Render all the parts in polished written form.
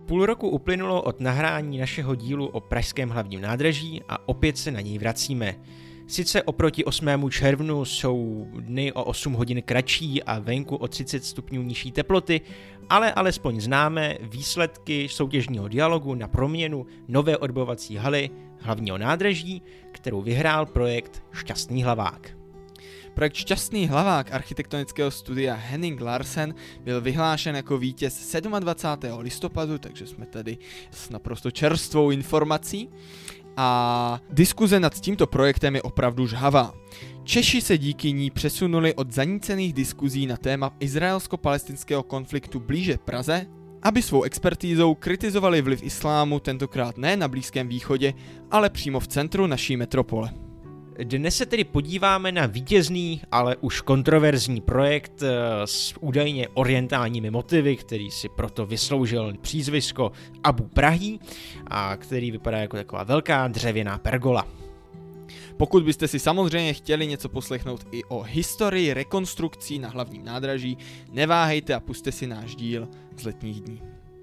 Půl roku uplynulo od nahrání našeho dílu o pražském hlavním nádraží a opět se na něj vracíme. Sice oproti 8. červnu jsou dny o 8 hodin kratší a venku o 30 stupňů nižší teploty, ale alespoň známe výsledky soutěžního dialogu na proměnu nové odbojovací haly hlavního nádraží, kterou vyhrál projekt Šťastný hlavák. Projekt Šťastný hlavák architektonického studia Henning Larsen byl vyhlášen jako vítěz 27. listopadu, takže jsme tady s naprosto čerstvou informací. A diskuze nad tímto projektem je opravdu žhavá. Češi se díky ní přesunuli od zanícených diskuzí na téma izraelsko-palestinského konfliktu blíže Praze, aby svou expertízou kritizovali vliv islámu tentokrát ne na Blízkém východě, ale přímo v centru naší metropole. Dnes se tedy podíváme na vítězný, ale už kontroverzní projekt s údajně orientálními motivy, který si proto vysloužil přízvisko Abu Prahý a který vypadá jako taková velká dřevěná pergola. Pokud byste si samozřejmě chtěli něco poslechnout i o historii rekonstrukcí na hlavním nádraží, neváhejte a pusťte si náš díl z letních dní.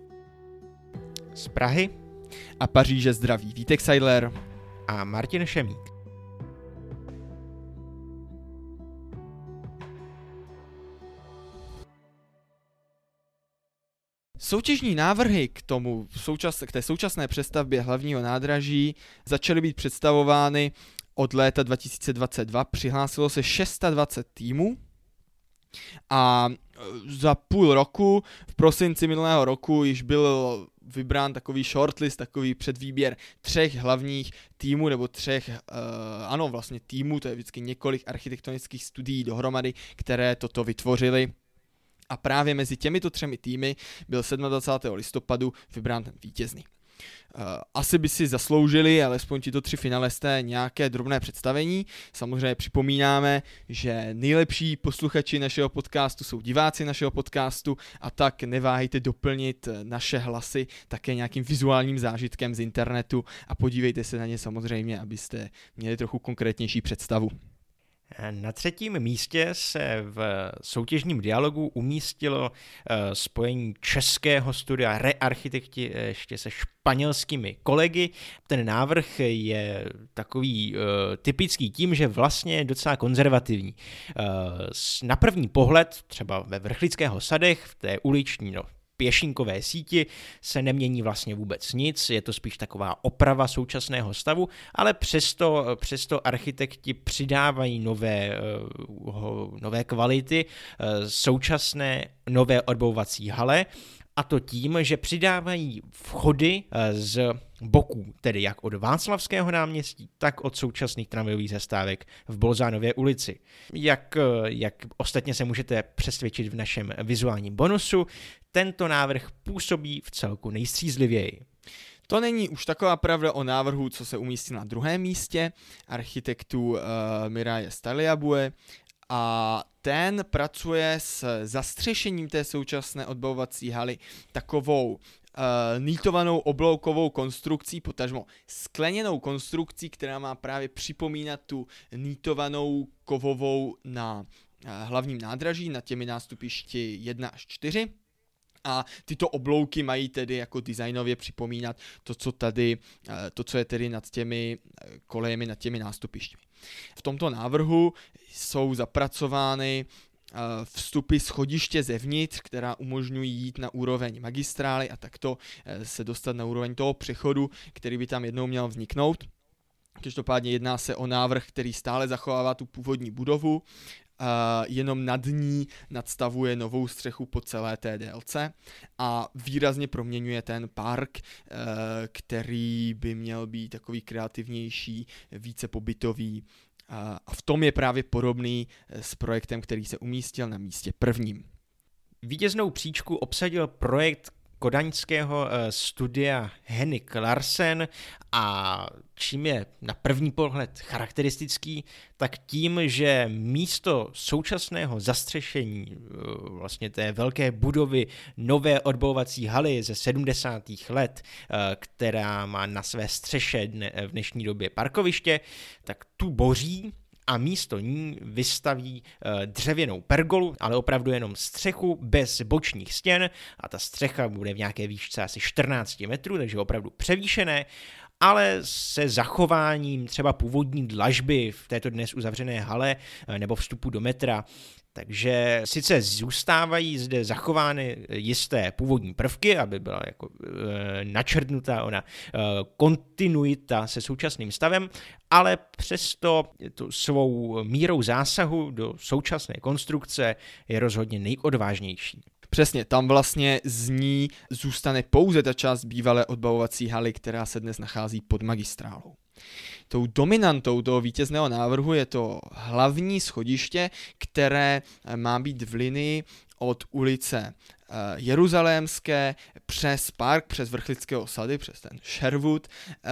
Z Prahy a Paříže zdraví Vítek Seidler a Martin Šemík. Soutěžní návrhy k té současné přestavbě hlavního nádraží začaly být představovány od léta 2022. Přihlásilo se 620 týmů a za půl roku, v prosinci minulého roku, již byl vybrán takový shortlist, takový předvýběr 3 hlavních týmů, nebo 3 týmů, to je vždycky několik architektonických studií dohromady, které toto vytvořily. A právě mezi těmito 3 týmy byl 27. listopadu vybrán ten vítězný. Asi by si zasloužili, alespoň tito 3 finalisté, nějaké drobné představení. Samozřejmě připomínáme, že nejlepší posluchači našeho podcastu jsou diváci našeho podcastu a tak neváhejte doplnit naše hlasy také nějakým vizuálním zážitkem z internetu a podívejte se na ně samozřejmě, abyste měli trochu konkrétnější představu. Na 3. místě se v soutěžním dialogu umístilo spojení českého studia Rearchitekti ještě se španělskými kolegy. Ten návrh je takový typický tím, že vlastně je docela konzervativní. Na první pohled, třeba ve Vrchlického sadech, v té uliční pěšinkové síti se nemění vlastně vůbec nic, je to spíš taková oprava současného stavu, ale přesto architekti přidávají nové kvality současné nové odbojovací hale, a to tím, že přidávají vchody z boků, tedy jak od Václavského náměstí, tak od současných tramvajových zastávek v Bolzánově ulici. Jak ostatně se můžete přesvědčit v našem vizuálním bonusu, tento návrh působí v celku nejstřízlivěji. To není už taková pravda o návrhu, co se umístí na 2. místě, architektů Miraje Staliabue, a ten pracuje s zastřešením té současné odbojovací haly takovou nýtovanou obloukovou konstrukcí, potažmo skleněnou konstrukcí, která má právě připomínat tu nýtovanou kovovou na hlavním nádraží, nad těmi nástupišti 1 až 4. A tyto oblouky mají tedy jako designově připomínat to, co je tedy nad těmi kolejemi, nad těmi nástupištěmi. V tomto návrhu jsou zapracovány vstupy schodiště zevnitř, která umožňují jít na úroveň magistrály a takto se dostat na úroveň toho přechodu, který by tam jednou měl vzniknout. Každopádně jedná se o návrh, který stále zachovává tu původní budovu, jenom nad ní nadstavuje novou střechu po celé té délce a výrazně proměňuje ten park, který by měl být takový kreativnější, více pobytový. A v tom je právě podobný s projektem, který se umístil na místě 1. Vítěznou příčku obsadil projekt kodaňského studia Henning Larsen a čím je na první pohled charakteristický, tak tím, že místo současného zastřešení vlastně té velké budovy nové odbojovací haly ze 70. let, která má na své střeše v dnešní době parkoviště, tak tu boří a místo ní vystaví dřevěnou pergolu, ale opravdu jenom střechu bez bočních stěn a ta střecha bude v nějaké výšce asi 14 metrů, takže opravdu převýšené, ale se zachováním třeba původní dlažby v této dnes uzavřené hale nebo vstupu do metra. Takže sice zůstávají zde zachovány jisté původní prvky, aby byla jako načrtnutá ona kontinuita se současným stavem, ale přesto svou mírou zásahu do současné konstrukce je rozhodně nejodvážnější. Přesně, tam vlastně z ní zůstane pouze ta část bývalé odbavovací haly, která se dnes nachází pod magistrálou. Tou dominantou toho vítězného návrhu je to hlavní schodiště, které má být v linii od ulice Jeruzalémské přes park, přes Vrchlického sady, přes ten Sherwood,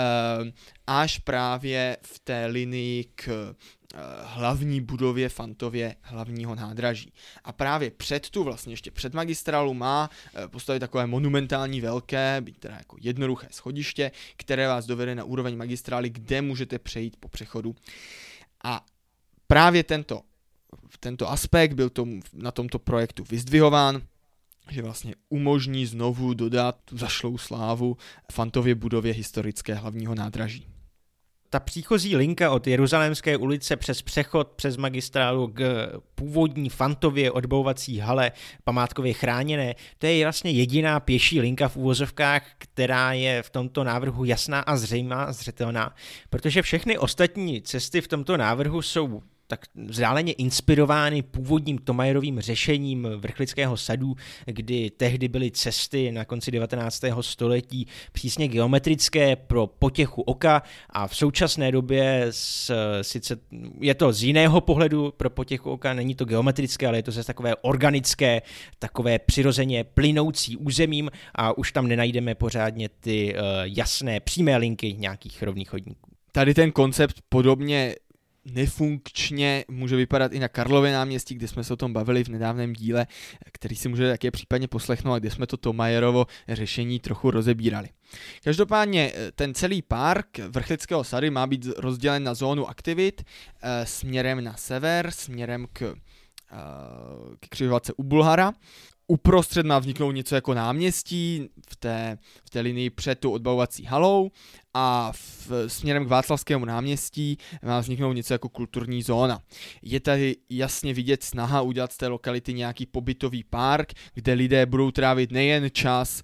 až právě v té linii k hlavní budově Fantově hlavního nádraží. A právě vlastně ještě před magistrálu má postavit takové monumentální velké, byť teda jako jednoduché schodiště, které vás dovede na úroveň magistrály, kde můžete přejít po přechodu. A právě tento aspekt byl na tomto projektu vyzdvihován, že vlastně umožní znovu dodat tu zašlou slávu Fantově budově historické hlavního nádraží. Ta příchozí linka od Jeruzalémské ulice přes přechod přes magistrálu k původní Fantově odbavovací hale památkově chráněné, to je vlastně jediná pěší linka v uvozovkách, která je v tomto návrhu jasná a zřetelná, protože všechny ostatní cesty v tomto návrhu jsou tak vzdáleně inspirovány původním Thomayerovým řešením Vrchlického sadu, kdy tehdy byly cesty na konci 19. století přísně geometrické pro potěchu oka a v současné době sice je to z jiného pohledu pro potěchu oka, není to geometrické, ale je to zase takové organické, takové přirozeně plynoucí územím a už tam nenajdeme pořádně ty jasné přímé linky nějakých rovných chodníků. Tady ten koncept podobně nefunkčně může vypadat i na Karlově náměstí, kde jsme se o tom bavili v nedávném díle, který si můžete také případně poslechnout a kde jsme to Thomayerovo řešení trochu rozebírali. Každopádně ten celý park Vrchlického sady má být rozdělen na zónu aktivit směrem na sever, směrem k křižovatce u Bulhara. Uprostřed má vzniknout něco jako náměstí v té linii před tou odbavovací halou a směrem k Václavskému náměstí má vzniknout něco jako kulturní zóna. Je tady jasně vidět snaha udělat z té lokality nějaký pobytový park, kde lidé budou trávit nejen čas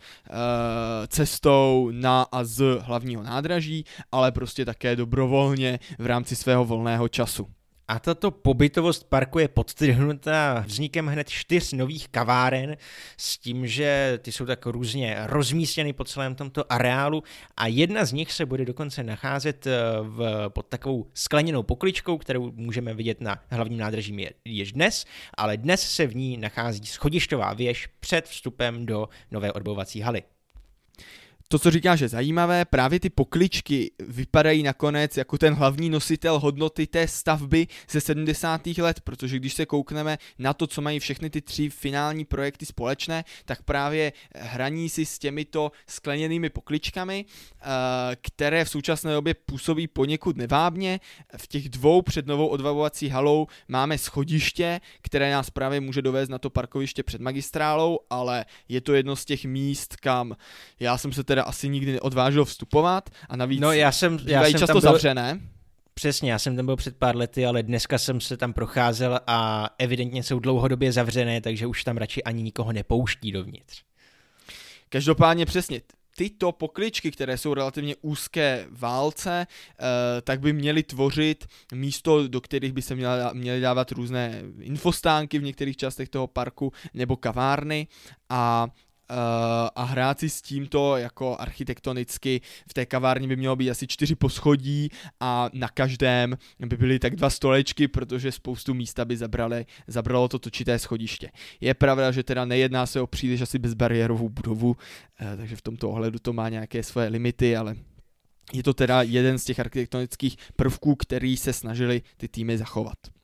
cestou na a z hlavního nádraží, ale prostě také dobrovolně v rámci svého volného času. A tato pobytovost parku je podtrhnutá vznikem hned 4 nových kaváren s tím, že ty jsou tak různě rozmístěny po celém tomto areálu a jedna z nich se bude dokonce nacházet pod takovou skleněnou pokličkou, kterou můžeme vidět na hlavním nádraží již dnes, ale dnes se v ní nachází schodišťová věž před vstupem do nové odbavovací haly. To, co říkáš, je zajímavé, právě ty pokličky vypadají nakonec jako ten hlavní nositel hodnoty té stavby ze 70. let, protože když se koukneme na to, co mají všechny ty 3 finální projekty společné, tak právě hraní si s těmito skleněnými pokličkami, které v současné době působí poněkud nevábně. V těch 2 před novou odbavovací halou máme schodiště, které nás právě může dovést na to parkoviště před magistrálou, ale je to jedno z těch míst, kam já jsem se teda asi nikdy neodvážil vstupovat a navíc já jsem často byl zavřené. Přesně, já jsem tam byl před pár lety, ale dneska jsem se tam procházel a evidentně jsou dlouhodobě zavřené, takže už tam radši ani nikoho nepouští dovnitř. Každopádně přesně, tyto pokličky, které jsou relativně úzké válce, tak by měly tvořit místo, do kterých by se měly dávat různé infostánky v některých částech toho parku nebo kavárny a hrát si s tímto jako architektonicky. V té kavárně by mělo být asi 4 poschodí a na každém by byly tak 2 stolečky, protože spoustu místa by zabralo to točité schodiště. Je pravda, že teda nejedná se o příliš asi bezbariérovou budovu, takže v tomto ohledu to má nějaké svoje limity, ale je to teda jeden z těch architektonických prvků, který se snažili ty týmy zachovat.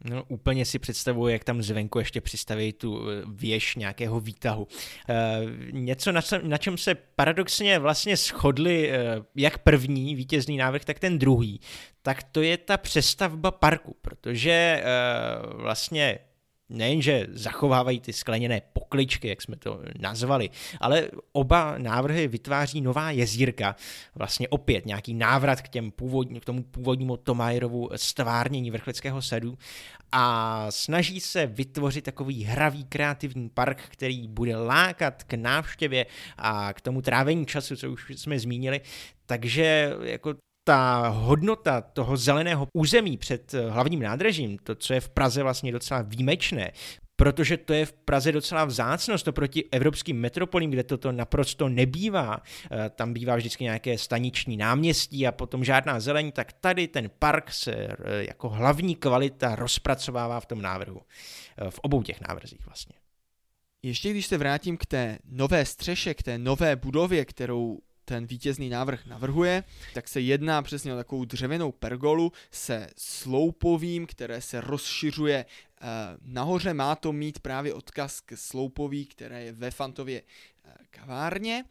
No, úplně si představuji, jak tam zvenku ještě přistaví tu věž nějakého výtahu. Něco, na čem se paradoxně vlastně shodli jak první vítězný návrh, tak ten druhý, tak to je ta přestavba parku, protože vlastně nejenže zachovávají ty skleněné pokličky, jak jsme to nazvali, ale oba návrhy vytváří nová jezírka, vlastně opět nějaký návrat k tomu původnímu Thomayerovu stvárnění Vrchlického sadu a snaží se vytvořit takový hravý kreativní park, který bude lákat k návštěvě a k tomu trávení času, co už jsme zmínili, takže jako ta hodnota toho zeleného území před hlavním nádražím, to, co je v Praze vlastně docela výjimečné, protože to je v Praze docela vzácnost oproti evropským metropolím, kde toto naprosto nebývá. Tam bývá vždycky nějaké staniční náměstí a potom žádná zeleň, tak tady ten park se jako hlavní kvalita rozpracovává v tom návrhu. V obou těch návrzích vlastně. Ještě když se vrátím k té nové střeše, k té nové budově, kterou ten vítězný návrh navrhuje, tak se jedná přesně o takovou dřevěnou pergolu se sloupovým, které se rozšiřuje nahoře. Má to mít právě odkaz k sloupoví, které je ve Fantově kavárně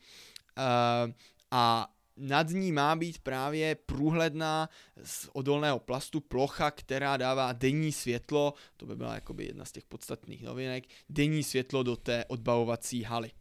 a nad ní má být právě průhledná z odolného plastu plocha, která dává denní světlo, to by byla jakoby jedna z těch podstatných novinek, denní světlo do té odbavovací haly.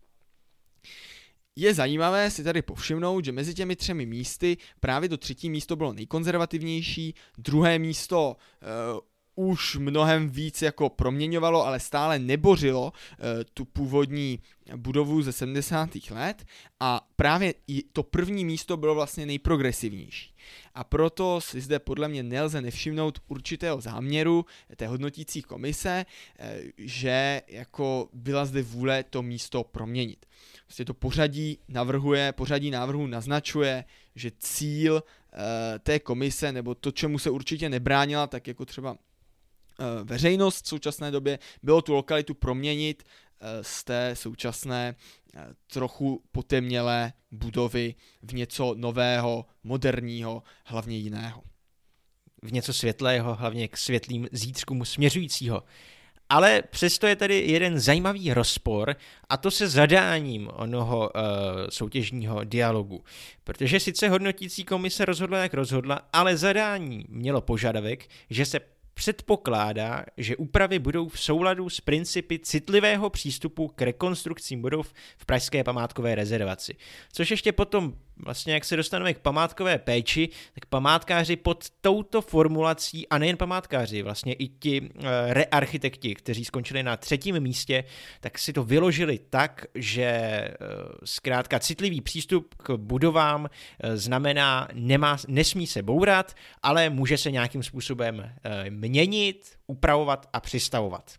Je zajímavé si tady povšimnout, že mezi těmi 3 místy právě to 3. místo bylo nejkonzervativnější, 2. místo už mnohem víc jako proměňovalo, ale stále nebořilo tu původní budovu ze 70. let a právě to 1. místo bylo vlastně nejprogresivnější. A proto si zde podle mě nelze nevšimnout určitého záměru té hodnotící komise, že jako byla zde vůle to místo proměnit. Vlastně to pořadí návrhu naznačuje, že cíl té komise, nebo to, čemu se určitě nebránila, tak jako třeba veřejnost v současné době, bylo tu lokalitu proměnit z té současné trochu potemnělé budovy v něco nového, moderního, hlavně jiného. V něco světlého, hlavně k světlým zítřkům směřujícího. Ale přesto je tady jeden zajímavý rozpor a to se zadáním onoho soutěžního dialogu. Protože sice hodnotící komise rozhodla, jak rozhodla, ale zadání mělo požadavek, že se předpokládá, že úpravy budou v souladu s principy citlivého přístupu k rekonstrukcím budov v pražské památkové rezervaci. Což ještě potom, vlastně jak se dostaneme k památkové péči, tak památkáři pod touto formulací, a nejen památkáři, vlastně i ti rearchitekti, kteří skončili na 3. místě, tak si to vyložili tak, že zkrátka citlivý přístup k budovám znamená, nesmí se bourat, ale může se nějakým způsobem měnit, upravovat a přistavovat.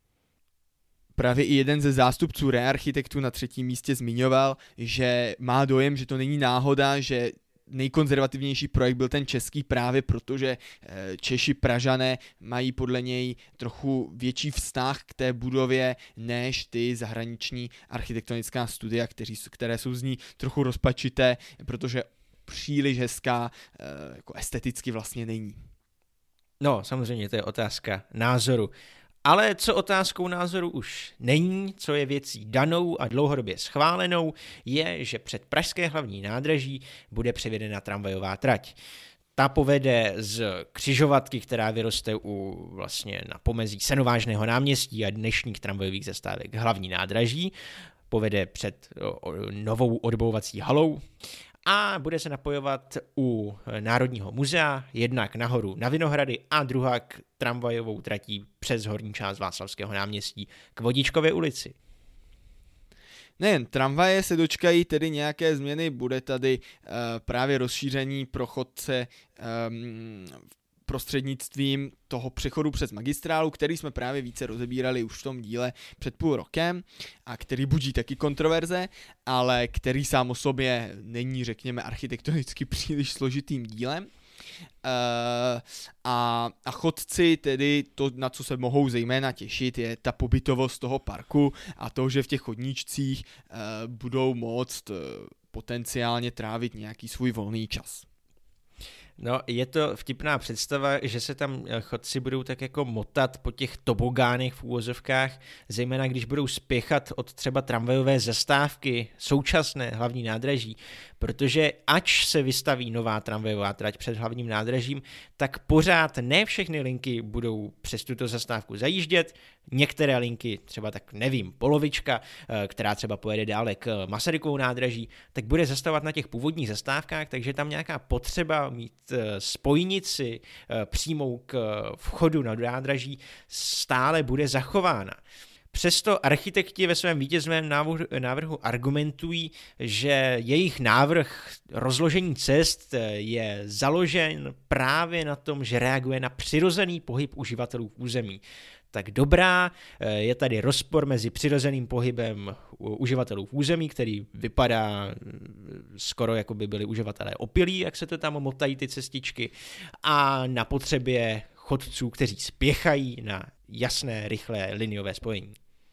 Právě i jeden ze zástupců rearchitektů na 3. místě zmiňoval, že má dojem, že to není náhoda, že nejkonzervativnější projekt byl ten český právě protože Češi, Pražané mají podle něj trochu větší vztah k té budově než ty zahraniční architektonická studia, které jsou z ní trochu rozpačité, protože příliš hezká jako esteticky vlastně není. No, samozřejmě to je otázka názoru. Ale co otázkou názoru už není, co je věcí danou a dlouhodobě schválenou, je, že před pražské hlavní nádraží bude převedena tramvajová trať. Ta povede z křižovatky, která vyroste vlastně na pomezí Senovážného náměstí a dnešních tramvajových zastávek hlavní nádraží, povede před novou odbouvací halou a bude se napojovat u Národního muzea, jednak nahoru na Vinohrady a druhá k tramvajovou tratí přes horní část Václavského náměstí k Vodičkově ulici. Nejen tramvaje se dočkají tedy nějaké změny, bude tady právě rozšíření pro chodce prostřednictvím toho přechodu přes magistrálu, který jsme právě více rozebírali už v tom díle před půl rokem a který budí taky kontroverze, ale který sám o sobě není, řekněme, architektonicky příliš složitým dílem. A chodci tedy to, na co se mohou zejména těšit, je ta pobytovost toho parku a to, že v těch chodníčcích budou moct potenciálně trávit nějaký svůj volný čas. No, je to vtipná představa, že se tam chodci budou tak jako motat po těch tobogánech v úvozovkách, zejména když budou spěchat od třeba tramvajové zastávky současné hlavní nádraží, protože ač se vystaví nová tramvajová trať před hlavním nádražím, tak pořád ne všechny linky budou přes tuto zastávku zajíždět, některé linky, třeba tak nevím, polovička, která třeba pojede dále k Masarykovu nádraží, tak bude zastavovat na těch původních zastávkách, takže tam nějaká potřeba mít spojnici přímou k vchodu na nádraží stále bude zachována. Přesto architekti ve svém vítězném návrhu argumentují, že jejich návrh rozložení cest je založen právě na tom, že reaguje na přirozený pohyb uživatelů v území. Tak dobrá, je tady rozpor mezi přirozeným pohybem uživatelů v území, který vypadá skoro jako by byli uživatelé opilí, jak se to tam motají ty cestičky, a na potřebě chodců, kteří spěchají na jasné, rychlé liniové spojení.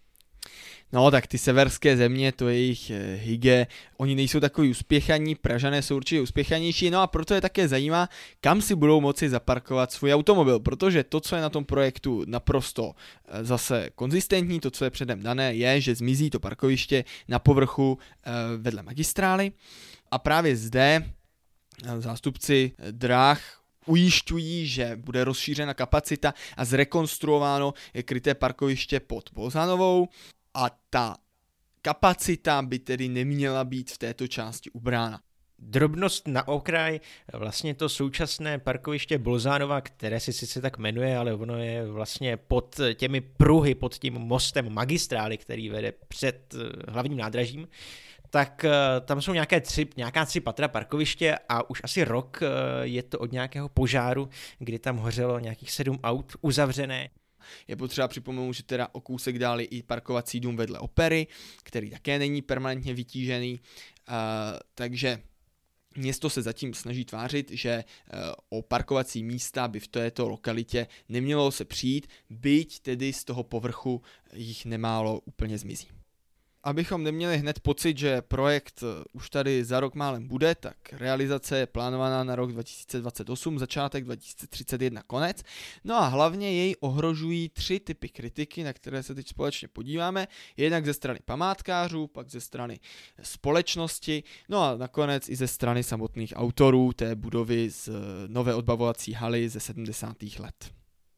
No tak ty severské země, to je jejich hygge, oni nejsou takový uspěchaní, Pražané jsou určitě uspěchanější, no a proto je také zajímá, kam si budou moci zaparkovat svůj automobil, protože to, co je na tom projektu naprosto zase konzistentní, to, co je předem dané, je, že zmizí to parkoviště na povrchu vedle magistrály a právě zde zástupci dráh ujišťují, že bude rozšířena kapacita a zrekonstruováno kryté parkoviště pod Bolzanovou a ta kapacita by tedy neměla být v této části ubrána. Drobnost na okraj, vlastně to současné parkoviště Bolzánova, které se sice tak jmenuje, ale ono je vlastně pod těmi pruhy, pod tím mostem magistrály, který vede před hlavním nádražím, tak tam jsou nějaká tři patra parkoviště a už asi rok je to od nějakého požáru, kdy tam hořelo nějakých 7 aut uzavřené. Je potřeba připomenout, že teda o kousek dál je i parkovací dům vedle opery, který také není permanentně vytížený, takže město se zatím snaží tvářit, že o parkovací místa by v této lokalitě nemělo se přijít, byť tedy z toho povrchu jich nemálo úplně zmizí. Abychom neměli hned pocit, že projekt už tady za rok málem bude, tak realizace je plánovaná na rok 2028, začátek 2031 konec. No a hlavně jej ohrožují 3 typy kritiky, na které se teď společně podíváme. Jednak ze strany památkářů, pak ze strany společnosti, no a nakonec i ze strany samotných autorů té budovy z nové odbavovací haly ze 70. let.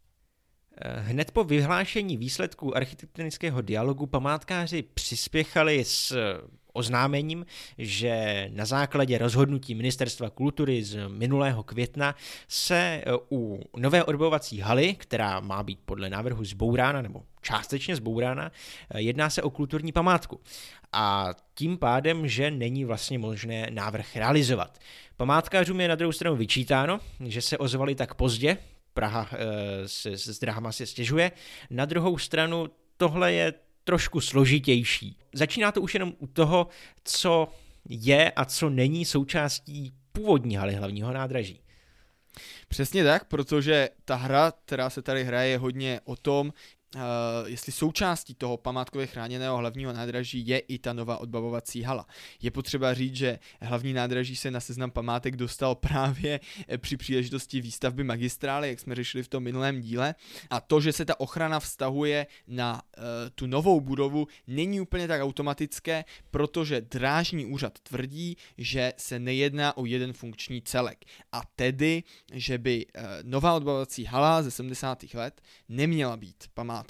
Hned po vyhlášení výsledků architektonického dialogu památkáři přispěchali s oznámením, že na základě rozhodnutí Ministerstva kultury z minulého května se u nové odbavovací haly, která má být podle návrhu zbourána nebo částečně zbourána, jedná se o kulturní památku. A tím pádem, že není vlastně možné návrh realizovat. Památkářům je na druhou stranu vyčítáno, že se ozvali tak pozdě, Praha s dráhama se stěžuje. Na druhou stranu tohle je trošku složitější. Začíná to už jenom u toho, co je a co není součástí původní haly hlavního nádraží. Přesně tak, protože ta hra, která se tady hraje, je hodně o tom, jestli součástí toho památkově chráněného hlavního nádraží je i ta nová odbavovací hala. Je potřeba říct, že hlavní nádraží se na seznam památek dostal právě při příležitosti výstavby magistrály, jak jsme řešili v tom minulém díle. A to, že se ta ochrana vztahuje na tu novou budovu, není úplně tak automatické, protože drážní úřad tvrdí, že se nejedná o jeden funkční celek. A tedy, že by nová odbavovací hala ze 70. let neměla být památkou.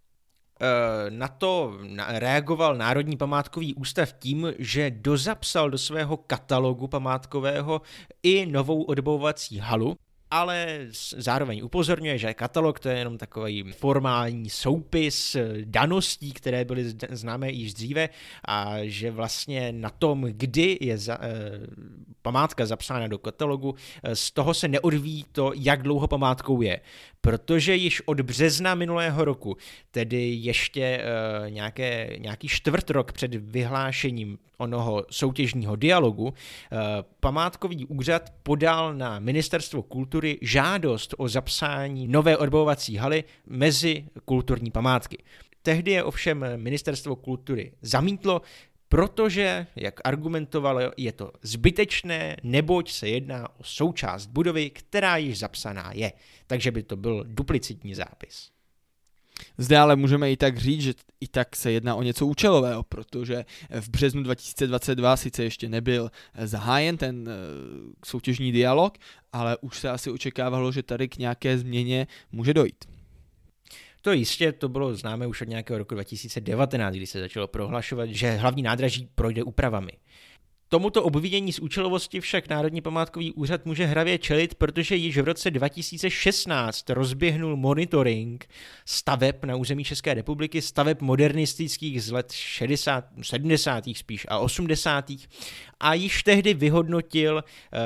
Na to reagoval Národní památkový ústav tím, že dozapsal do svého katalogu památkového i novou odbavovací halu, ale zároveň upozorňuje, že katalog to je jenom takový formální soupis daností, které byly známé již dříve a že vlastně na tom, kdy je památka zapsána do katalogu, z toho se neodvíjí to, jak dlouho památkou je. Protože již od března minulého roku, tedy ještě nějaký čtvrtrok před vyhlášením onoho soutěžního dialogu, památkový úřad podal na Ministerstvo kultury žádost o zapsání nové odbavovací haly mezi kulturní památky. Tehdy je ovšem Ministerstvo kultury zamítlo, protože, jak argumentovalo, je to zbytečné, neboť se jedná o součást budovy, která již zapsaná je, takže by to byl duplicitní zápis. Zde ale můžeme i tak říct, že i tak se jedná o něco účelového, protože v březnu 2022 sice ještě nebyl zahájen ten soutěžní dialog, ale už se asi očekávalo, že tady k nějaké změně může dojít. To jistě, to bylo známé už od nějakého roku 2019, kdy se začalo prohlašovat, že hlavní nádraží projde úpravami. Tomuto obvinění z účelovosti však Národní památkový úřad může hravě čelit, protože již v roce 2016 rozběhnul monitoring staveb na území České republiky, staveb modernistických z let 60, 70. spíš a 80. a již tehdy vyhodnotil,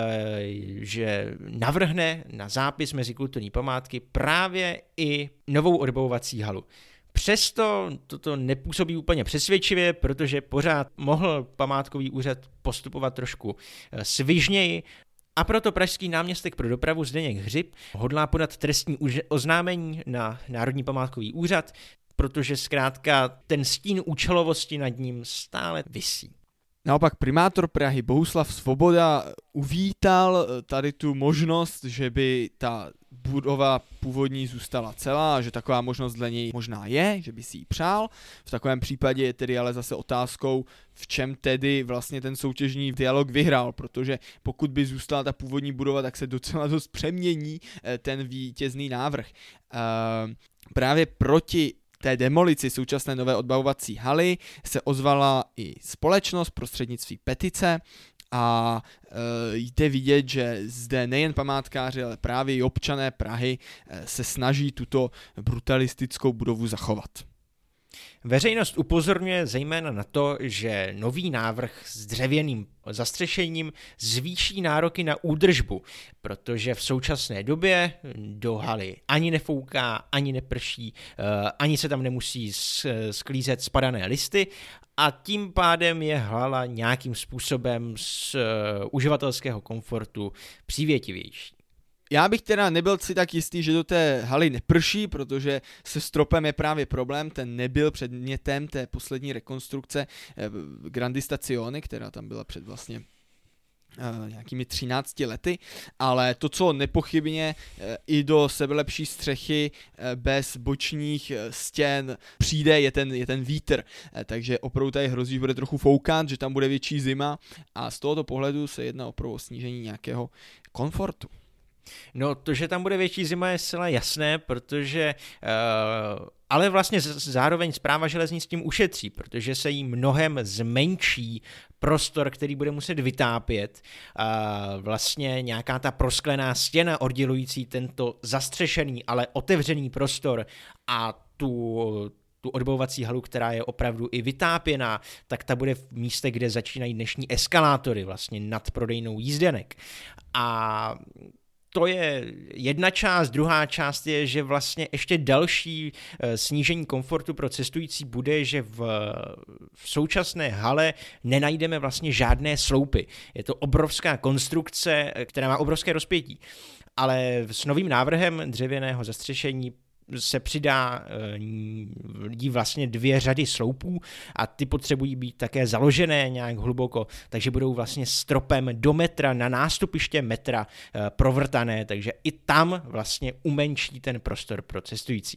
že navrhne na zápis mezi kulturní památky právě i novou odbavovací halu. Přesto toto nepůsobí úplně přesvědčivě, protože pořád mohl památkový úřad postupovat trošku svižněji a proto pražský náměstek pro dopravu Zdeněk Hřib hodlá podat trestní oznámení na Národní památkový úřad, protože zkrátka ten stín účelovosti nad ním stále visí. Naopak primátor Prahy Bohuslav Svoboda uvítal tady tu možnost, že by ta budova původní zůstala celá, že taková možnost dle něj možná je, že by si ji přál. V takovém případě je tedy ale zase otázkou, v čem tedy vlastně ten soutěžní dialog vyhrál, protože pokud by zůstala ta původní budova, tak se docela dost přemění ten vítězný návrh. Právě proti té demolici současné nové odbavovací haly se ozvala i společnost prostřednictvím petice a jde vidět, že zde nejen památkáři, ale právě i občané Prahy se snaží tuto brutalistickou budovu zachovat. Veřejnost upozorňuje zejména na to, že nový návrh s dřevěným zastřešením zvýší nároky na údržbu, protože v současné době do haly ani nefouká, ani neprší, ani se tam nemusí sklízet spadané listy a tím pádem je hala nějakým způsobem z uživatelského komfortu přívětivější. Já bych teda nebyl si tak jistý, že do té haly neprší, protože se stropem je právě problém, ten nebyl předmětem té poslední rekonstrukce Grandi Stazione, která tam byla před vlastně nějakými 13 lety, ale to, co nepochybně i do sebelepší střechy bez bočních stěn přijde, je ten vítr, takže opravdu tady hrozí, že bude trochu foukat, že tam bude větší zima a z tohoto pohledu se jedná opravdu o snížení nějakého komfortu. No to, že tam bude větší zima je zcela jasné, protože ale vlastně zároveň Správa železnic tím ušetří, protože se jí mnohem zmenší prostor, který bude muset vytápět. Vlastně nějaká ta prosklená stěna oddělující tento zastřešený, ale otevřený prostor a tu odbavovací halu, která je opravdu i vytápěná, tak ta bude v místě, kde začínají dnešní eskalátory, vlastně nad prodejnou jízdenek. A to je jedna část, druhá část je, že vlastně ještě další snížení komfortu pro cestující bude, že v současné hale nenajdeme vlastně žádné sloupy. Je to obrovská konstrukce, která má obrovské rozpětí. Ale s novým návrhem dřevěného zastřešení se přidá jí vlastně 2 řady sloupů a ty potřebují být také založené nějak hluboko, takže budou vlastně stropem do metra na nástupiště metra provrtané, takže i tam vlastně umenší ten prostor pro cestující.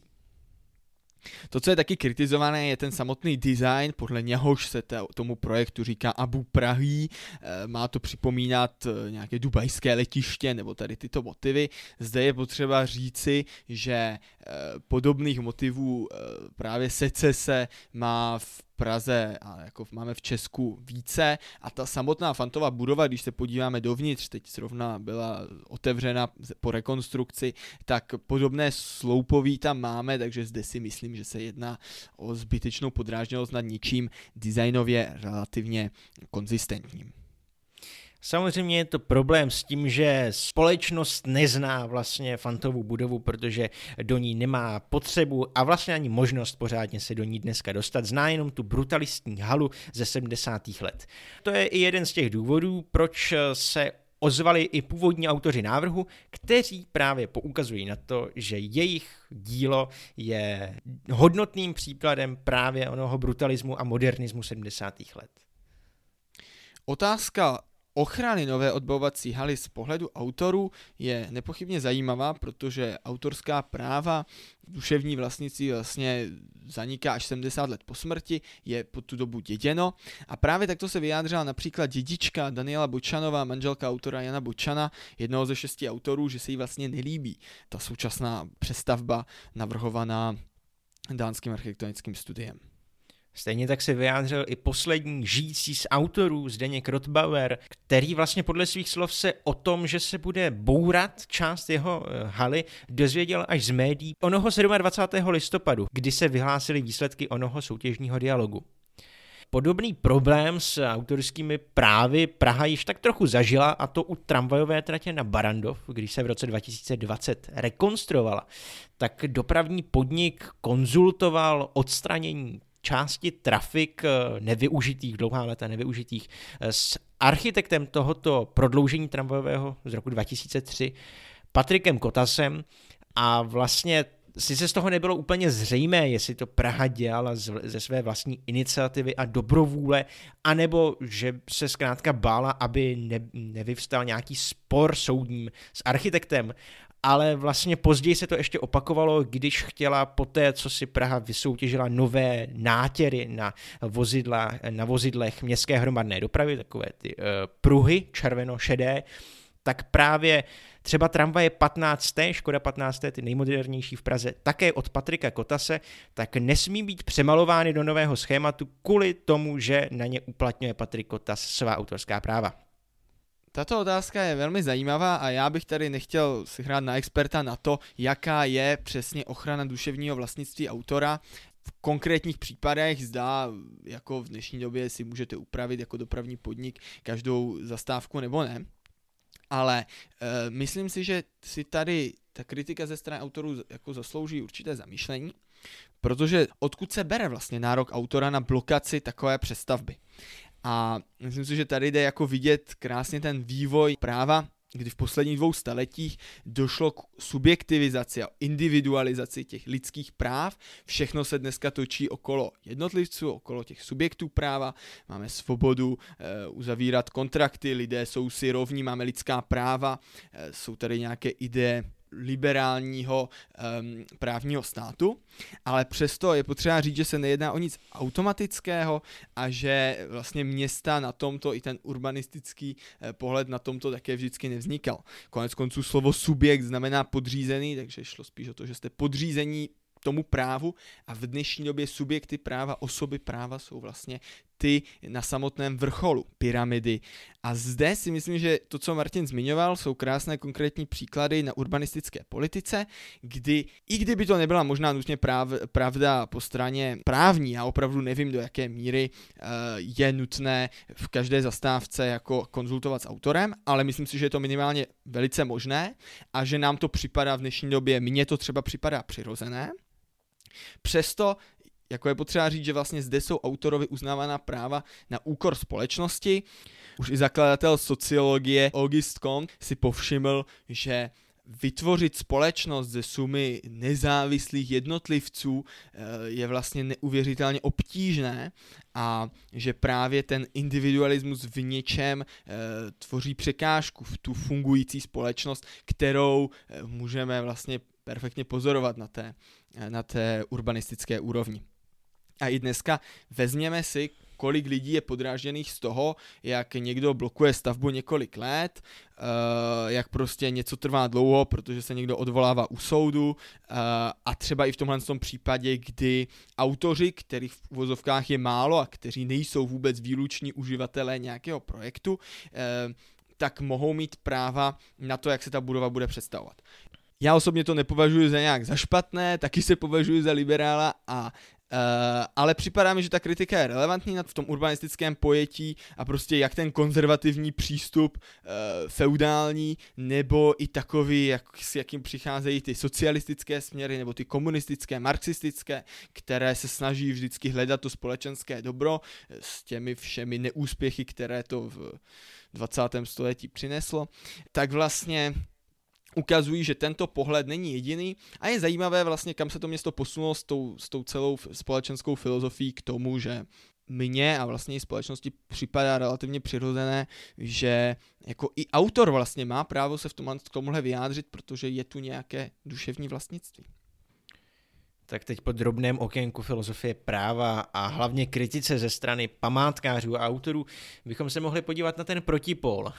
To, co je taky kritizované, je ten samotný design, podle něhož se tomu projektu říká Abu Prahy, má to připomínat nějaké dubajské letiště nebo tady tyto motivy. Zde je potřeba říci, že podobných motivů právě secese má v Praze a jako máme v Česku více a ta samotná Fantová budova, když se podíváme dovnitř, teď zrovna byla otevřena po rekonstrukci, tak podobné sloupoví tam máme, takže zde si myslím, že se jedná o zbytečnou podrážděnost nad ničím designově relativně konzistentním. Samozřejmě je to problém s tím, že společnost nezná vlastně Fantovu budovu, protože do ní nemá potřebu a vlastně ani možnost pořádně se do ní dneska dostat. Zná jenom tu brutalistní halu ze 70. let. To je i jeden z těch důvodů, proč se ozvali i původní autoři návrhu, kteří právě poukazují na to, že jejich dílo je hodnotným příkladem právě onoho brutalismu a modernismu 70. let. Otázka ochrany nové odbavovací haly z pohledu autorů je nepochybně zajímavá, protože autorská práva, duševní vlastnictví vlastně zaniká až 70 let po smrti, je po tu dobu děděno a právě takto se vyjádřila například dědička Daniela Bočanová, manželka autora Jana Bočana, jednoho ze 6 autorů, že se jí vlastně nelíbí ta současná přestavba navrhovaná dánským architektonickým studiem. Stejně tak se vyjádřil i poslední žijící z autorů Zdeněk Rotbauer, který vlastně podle svých slov se o tom, že se bude bourat část jeho haly, dozvěděl až z médií onoho 27. listopadu, kdy se vyhlásily výsledky onoho soutěžního dialogu. Podobný problém s autorskými právy Praha již tak trochu zažila, a to u tramvajové tratě na Barrandov, když se v roce 2020 rekonstruovala, tak dopravní podnik konzultoval odstranění části trafik nevyužitých, dlouhá léta nevyužitých, s architektem tohoto prodloužení tramvajového z roku 2003, Patrikem Kotasem, a vlastně sice z toho nebylo úplně zřejmé, jestli to Praha dělala ze své vlastní iniciativy a dobrovůle, anebo že se zkrátka bála, aby nevyvstal nějaký spor soudním s architektem, ale vlastně později se to ještě opakovalo, když chtěla poté, co si Praha vysoutěžila nové nátěry na vozidlech městské hromadné dopravy, takové ty pruhy červeno-šedé, tak právě třeba tramvaje 15. Škoda 15. ty nejmodernější v Praze, také od Patrika Kotase, tak nesmí být přemalovány do nového schématu kvůli tomu, že na ně uplatňuje Patrik Kotas svá autorská práva. Tato otázka je velmi zajímavá a já bych tady nechtěl si hrát na experta na to, jaká je přesně ochrana duševního vlastnictví autora. V konkrétních případech zda jako v dnešní době si můžete upravit jako dopravní podnik každou zastávku nebo ne. Ale myslím si, že si tady ta kritika ze strany autorů jako zaslouží určité zamýšlení, protože odkud se bere vlastně nárok autora na blokaci takové přestavby. A myslím si, že tady jde jako vidět krásně ten vývoj práva, kdy v posledních 2 staletích došlo k subjektivizaci a individualizaci těch lidských práv. Všechno se dneska točí okolo jednotlivců, okolo těch subjektů práva. Máme svobodu uzavírat kontrakty, lidé jsou si rovní, máme lidská práva, jsou tady nějaké ideje liberálního právního státu, ale přesto je potřeba říct, že se nejedná o nic automatického a že vlastně města na tomto i ten urbanistický pohled na tomto také vždycky nevznikal. Konec konců slovo subjekt znamená podřízený, takže šlo spíš o to, že jste podřízení tomu právu a v dnešní době subjekty práva, osoby práva jsou vlastně ty na samotném vrcholu pyramidy. A zde si myslím, že to, co Martin zmiňoval, jsou krásné konkrétní příklady na urbanistické politice, kdy, i kdyby to nebyla možná nutně pravda po straně právní, já opravdu nevím, do jaké míry je nutné v každé zastávce jako konzultovat s autorem, ale myslím si, že je to minimálně velice možné a že nám to připadá v dnešní době, mně to třeba připadá přirozené. Přesto jako je potřeba říct, že vlastně zde jsou autorovi uznávaná práva na úkor společnosti. Už i zakladatel sociologie Auguste Comte si povšiml, že vytvořit společnost ze sumy nezávislých jednotlivců je vlastně neuvěřitelně obtížné a že právě ten individualismus v něčem tvoří překážku v tu fungující společnost, kterou můžeme vlastně perfektně pozorovat na té urbanistické úrovni. A i dneska vezměme si, kolik lidí je podrážděných z toho, jak někdo blokuje stavbu několik let, jak prostě něco trvá dlouho, protože se někdo odvolává u soudu a třeba i v tomhle případě, kdy autoři, kterých v uvozovkách je málo a kteří nejsou vůbec výluční uživatelé nějakého projektu, tak mohou mít práva na to, jak se ta budova bude představovat. Já osobně to nepovažuji za špatné, taky se považuji za liberála ale připadá mi, že ta kritika je relevantní v tom urbanistickém pojetí a prostě jak ten konzervativní přístup feudální nebo i takový, s jakým přicházejí ty socialistické směry nebo ty komunistické, marxistické, které se snaží vždycky hledat to společenské dobro s těmi všemi neúspěchy, které to v 20. století přineslo, tak vlastně ukazují, že tento pohled není jediný a je zajímavé vlastně, kam se to město posunulo s tou celou společenskou filozofií k tomu, že mně a vlastně i společnosti připadá relativně přirozené, že jako i autor vlastně má právo se k tomuhle vyjádřit, protože je tu nějaké duševní vlastnictví. Tak teď po drobném okénku filozofie práva a hlavně kritice ze strany památkářů a autorů bychom se mohli podívat na ten protipol,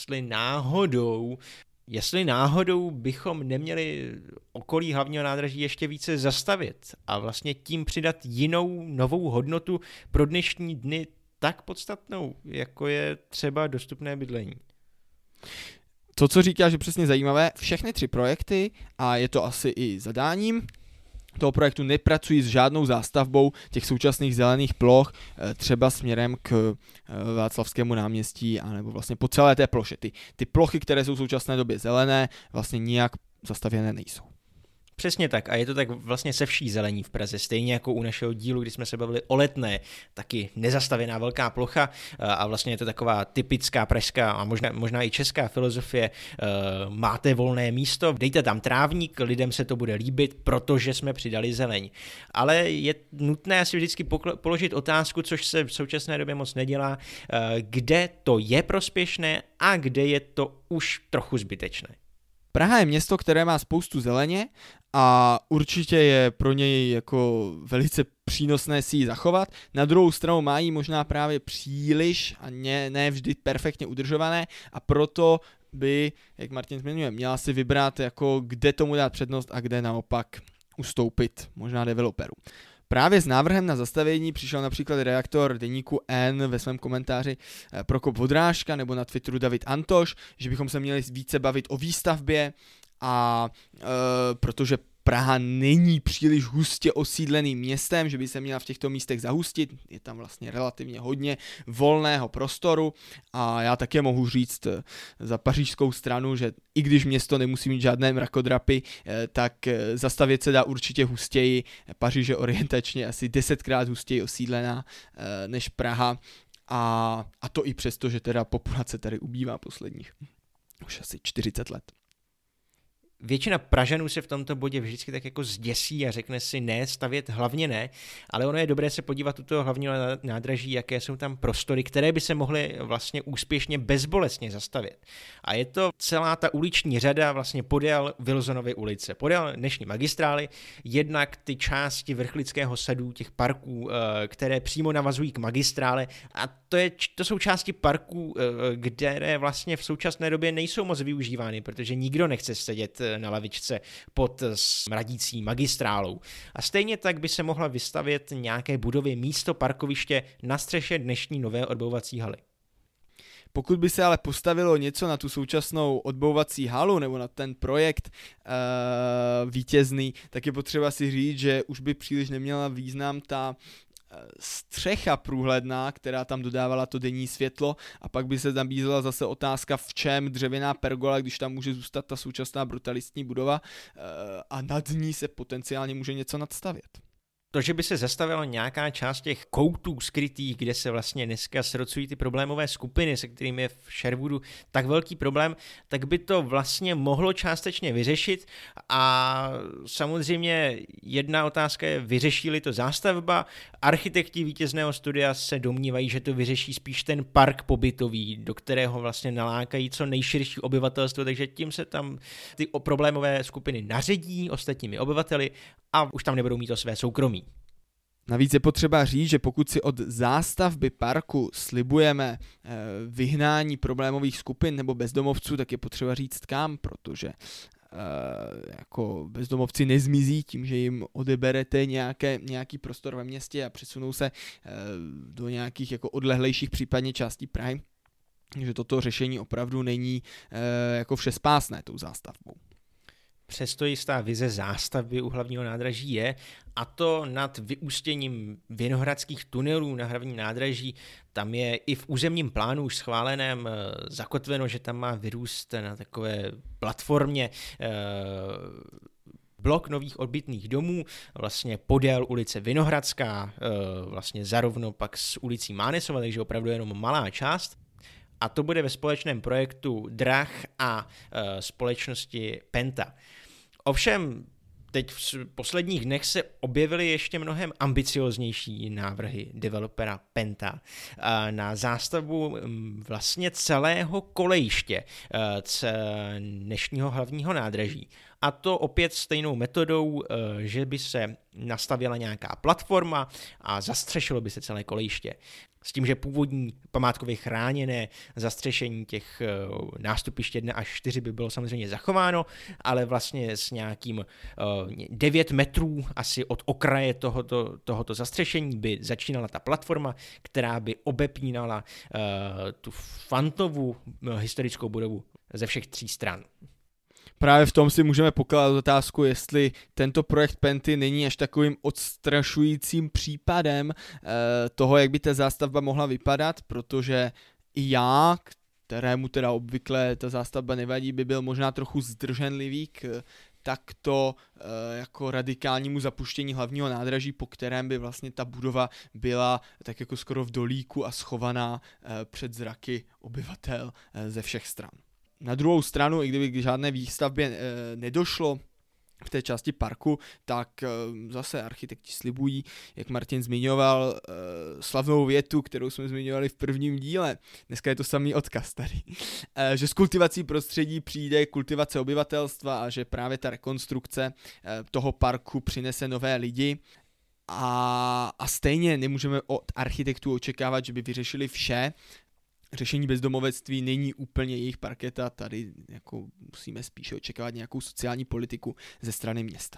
jestli náhodou bychom neměli okolí hlavního nádraží ještě více zastavit a vlastně tím přidat jinou novou hodnotu pro dnešní dny tak podstatnou, jako je třeba dostupné bydlení. To, co říkáš, je přesně zajímavé. Všechny 3 projekty, a je to asi i zadáním toho projektu, nepracují s žádnou zástavbou těch současných zelených ploch, třeba směrem k Václavskému náměstí, anebo vlastně po celé té ploše. Ty plochy, které jsou v současné době zelené, vlastně nijak zastavěné nejsou. Přesně tak a je to tak vlastně se vší zelení v Praze, stejně jako u našeho dílu, kdy jsme se bavili o Letné, taky nezastavěná velká plocha a vlastně je to taková typická pražská a možná i česká filozofie, máte volné místo, dejte tam trávník, lidem se to bude líbit, protože jsme přidali zeleň. Ale je nutné si vždycky položit otázku, což se v současné době moc nedělá, kde to je prospěšné a kde je to už trochu zbytečné. Praha je město, které má spoustu zeleně a určitě je pro něj jako velice přínosné si ji zachovat. Na druhou stranu mají možná právě příliš a ne vždy perfektně udržované a proto by, jak Martin zmiňuje, měla si vybrat, jako kde tomu dát přednost a kde naopak ustoupit možná developerů. Právě s návrhem na zastavení přišel například redaktor deníku N ve svém komentáři Prokop Vodrážka nebo na Twitteru David Antoš, že bychom se měli více bavit o výstavbě a protože Praha není příliš hustě osídleným městem, že by se měla v těchto místech zahustit, je tam vlastně relativně hodně volného prostoru a já také mohu říct za pařížskou stranu, že i když město nemusí mít žádné mrakodrapy, tak zastavět se dá určitě hustěji. Paříž je orientačně asi 10krát hustěji osídlená než Praha a to i přesto, že teda populace tady ubývá posledních už asi 40 let. Většina Pražanů se v tomto bodě vždycky tak jako zděsí a řekne si ne, stavět hlavně ne, ale ono je dobré se podívat u toho hlavního nádraží, jaké jsou tam prostory, které by se mohly vlastně úspěšně bezbolestně zastavět. A je to celá ta uliční řada vlastně podél Wilsonovy ulice, podél dnešní magistrály, jednak ty části Vrchlického sadu, těch parků, které přímo navazují k magistrále a to jsou části parků, které vlastně v současné době nejsou moc využívány, protože nikdo nechce sedět na lavičce pod smradící magistrálou. A stejně tak by se mohla vystavět nějaké budovy místo parkoviště na střeše dnešní nové odbouvací haly. Pokud by se ale postavilo něco na tu současnou odbouvací halu nebo na ten projekt vítězný, tak je potřeba si říct, že už by příliš neměla význam ta střecha průhledná, která tam dodávala to denní světlo a pak by se nabízela zase otázka, v čem dřevěná pergola, když tam může zůstat ta současná brutalistní budova a nad ní se potenciálně může něco nadstavět. To, že by se zastavila nějaká část těch koutů skrytých, kde se vlastně dneska srocují ty problémové skupiny, se kterými je v Sherwoodu tak velký problém, tak by to vlastně mohlo částečně vyřešit a samozřejmě jedna otázka je, vyřeší-li to zástavba. Architekti vítězného studia se domnívají, že to vyřeší spíš ten park pobytový, do kterého vlastně nalákají co nejširší obyvatelstvo, takže tím se tam ty problémové skupiny naředí ostatními obyvateli a už tam nebudou mít to své soukromí. Navíc je potřeba říct, že pokud si od zástavby parku slibujeme vyhnání problémových skupin nebo bezdomovců, tak je potřeba říct kam, protože jako bezdomovci nezmizí tím, že jim odeberete nějaký prostor ve městě a přesunou se do nějakých jako odlehlejších případně částí Prahy. Takže toto řešení opravdu není jako všespásné tou zástavbou. Přesto jistá vize zástavby u hlavního nádraží je, a to nad vyústěním vinohradských tunelů na hlavním nádraží. Tam je i v územním plánu už schváleném zakotveno, že tam má vyrůst na takové platformě blok nových odbytných domů, vlastně podél ulice Vinohradská, vlastně zarovno pak s ulicí Mánesova, takže opravdu jenom malá část. A to bude ve společném projektu Drah a společnosti Penta. Ovšem, Teď v posledních dnech se objevily ještě mnohem ambicioznější návrhy developera Penta na zástavbu vlastně celého kolejiště dnešního hlavního nádraží. A to opět stejnou metodou, že by se nastavila nějaká platforma a zastřešilo by se celé kolejiště. S tím, že původní památkově chráněné zastřešení těch nástupišť 1 až 4 by bylo samozřejmě zachováno, ale vlastně s nějakým 9 metrů asi od okraje tohoto zastřešení by začínala ta platforma, která by obepínala tu fantovou historickou budovu ze všech 3 stran. Právě v tom si můžeme pokládat otázku, jestli tento projekt Penty není až takovým odstrašujícím případem toho, jak by ta zástavba mohla vypadat, protože i já, kterému teda obvykle ta zástavba nevadí, by byl možná trochu zdrženlivý k takto jako radikálnímu zapuštění hlavního nádraží, po kterém by vlastně ta budova byla tak jako skoro v dolíku a schovaná před zraky obyvatel ze všech stran. Na druhou stranu, i kdyby k žádné výstavbě nedošlo v té části parku, tak zase architekti slibují, jak Martin zmiňoval, slavnou větu, kterou jsme zmiňovali v prvním díle. Dneska je to samý odkaz tady. Že z kultivací prostředí přijde kultivace obyvatelstva a že právě ta rekonstrukce toho parku přinese nové lidi. A stejně nemůžeme od architektů očekávat, že by vyřešili vše. Řešení bezdomovectví není úplně jejich parketa, tady jako musíme spíše očekávat nějakou sociální politiku ze strany města.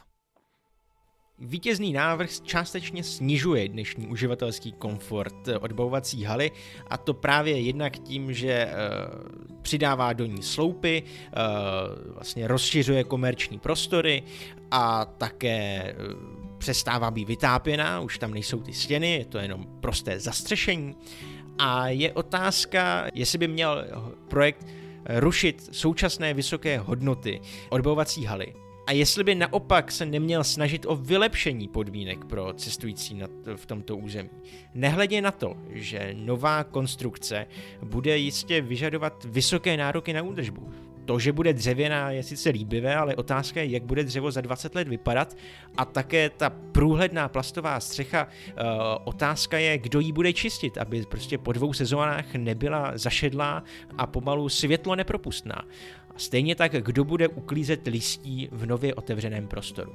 Vítězný návrh částečně snižuje dnešní uživatelský komfort odbavovací haly, a to právě jednak tím, že přidává do ní sloupy, vlastně rozšiřuje komerční prostory a také přestává být vytápěná, už tam nejsou ty stěny, je to jenom prosté zastřešení. A je otázka, jestli by měl projekt rušit současné vysoké hodnoty odbavovací haly. A jestli by naopak se neměl snažit o vylepšení podmínek pro cestující v tomto území. Nehledě na to, že nová konstrukce bude jistě vyžadovat vysoké nároky na údržbu. To, že bude dřevěná, je sice líbivé, ale otázka je, jak bude dřevo za 20 let vypadat, a také ta průhledná plastová střecha, otázka je, kdo ji bude čistit, aby prostě po 2 sezónách nebyla zašedlá a pomalu světlo nepropustná. A stejně tak, kdo bude uklízet listí v nově otevřeném prostoru.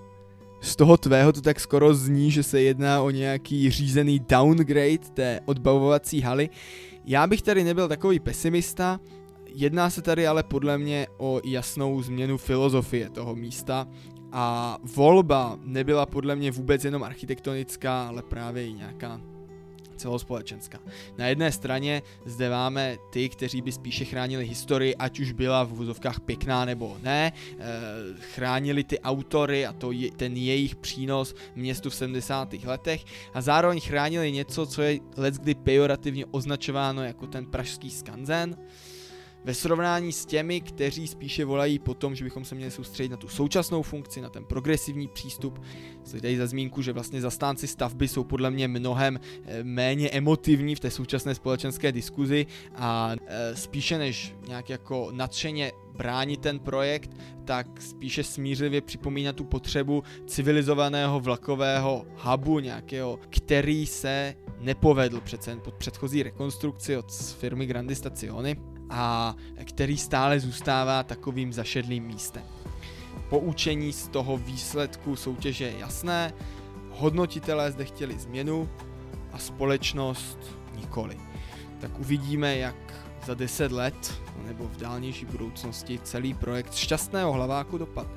Z toho tvého to tak skoro zní, že se jedná o nějaký řízený downgrade té odbavovací haly. Já bych tady nebyl takový pesimista. Jedná se tady ale podle mě o jasnou změnu filozofie toho místa a volba nebyla podle mě vůbec jenom architektonická, ale právě i nějaká celospolečenská. Na jedné straně zde máme ty, kteří by spíše chránili historii, ať už byla v uvozovkách pěkná nebo ne, chránili ty autory a ten jejich přínos městu v 70. letech a zároveň chránili něco, co je leckdy pejorativně označováno jako ten pražský skanzen. Ve srovnání s těmi, kteří spíše volají po tom, že bychom se měli soustředit na tu současnou funkci, na ten progresivní přístup. Dají za zmínku, že vlastně zastánci stavby jsou podle mě mnohem méně emotivní v té současné společenské diskuzi a spíše než nějak jako nadšeně bránit ten projekt, tak spíše smířlivě připomíná tu potřebu civilizovaného vlakového hubu nějakého, který se nepovedl přece pod předchozí rekonstrukci od firmy Grandi Stazioni a který stále zůstává takovým zašedlým místem. Poučení z toho výsledku soutěže je jasné, hodnotitelé zde chtěli změnu a společnost nikoli. Tak uvidíme, jak za 10 let nebo v dálnější budoucnosti celý projekt Šťastného hlaváku dopadne.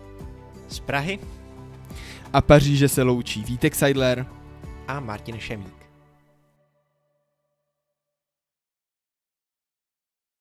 Z Prahy a Paříže se loučí Vítek Seidler a Martin Šemík.